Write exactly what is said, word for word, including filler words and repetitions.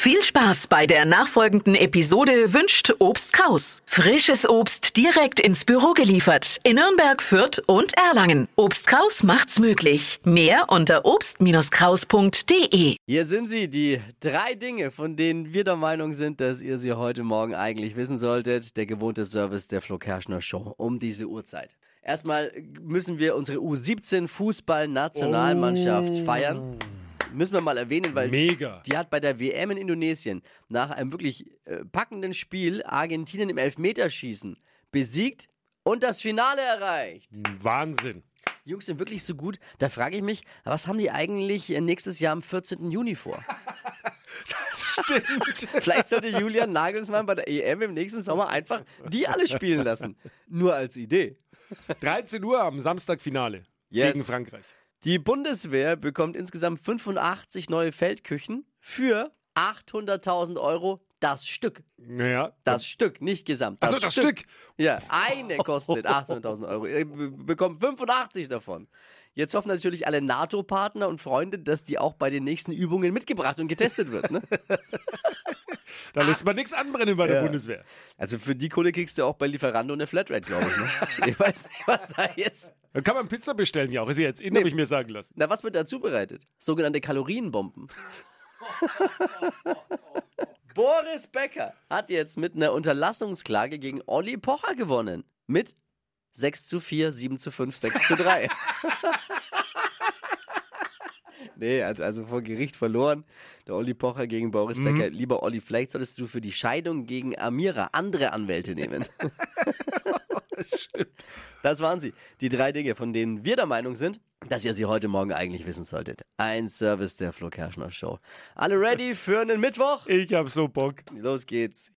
Viel Spaß bei der nachfolgenden Episode wünscht Obst Kraus. Frisches Obst direkt ins Büro geliefert in Nürnberg, Fürth und Erlangen. Obst Kraus macht's möglich. Mehr unter obst Kraus punkt de. Hier sind sie, die drei Dinge, von denen wir der Meinung sind, dass ihr sie heute Morgen eigentlich wissen solltet. Der gewohnte Service der Flo Kerschner Show um diese Uhrzeit. Erstmal müssen wir unsere U siebzehn Fußball-Nationalmannschaft oh. feiern. Müssen wir mal erwähnen, weil Mega. die hat bei der W M in Indonesien nach einem wirklich äh, packenden Spiel Argentinien im Elfmeterschießen besiegt und das Finale erreicht. Wahnsinn. Die Jungs sind wirklich so gut. Da frage ich mich, was haben die eigentlich nächstes Jahr am vierzehnten Juni vor? Das stimmt. Vielleicht sollte Julian Nagelsmann bei der E M im nächsten Sommer einfach die alle spielen lassen. Nur als Idee. dreizehn Uhr am Samstag Finale Yes. gegen Frankreich. Die Bundeswehr bekommt insgesamt fünfundachtzig neue Feldküchen für achthunderttausend Euro das Stück. Naja. Das Stück, nicht gesamt. Das Achso, das Stück. Ja, eine kostet achthunderttausend Euro. Ihr be- bekommt fünfundachtzig davon. Jetzt hoffen natürlich alle NATO-Partner und Freunde, dass die auch bei den nächsten Übungen mitgebracht und getestet wird. Ne? Da lässt man nichts anbrennen bei der Ja. Bundeswehr. Also für die Kohle kriegst du auch bei Lieferando eine Flatrate, glaube ich. Ne? Ich weiß nicht, was da jetzt... Da kann man Pizza bestellen, ja auch. Ist ja jetzt in, nee. habe ich mir sagen lassen. Na, was wird da zubereitet? Sogenannte Kalorienbomben. Boris Becker hat jetzt mit einer Unterlassungsklage gegen Olli Pocher gewonnen. Mit sechs zu vier, sieben zu fünf, sechs zu drei. Nee, er hat also vor Gericht verloren. Der Olli Pocher gegen Boris mhm. Becker. Lieber Olli, vielleicht solltest du für die Scheidung gegen Amira andere Anwälte nehmen. Das stimmt. Das waren sie. Die drei Dinge, von denen wir der Meinung sind, dass ihr sie heute Morgen eigentlich wissen solltet. Ein Service der Flo Kerschner Show. Alle ready für einen Mittwoch? Ich hab so Bock. Los geht's.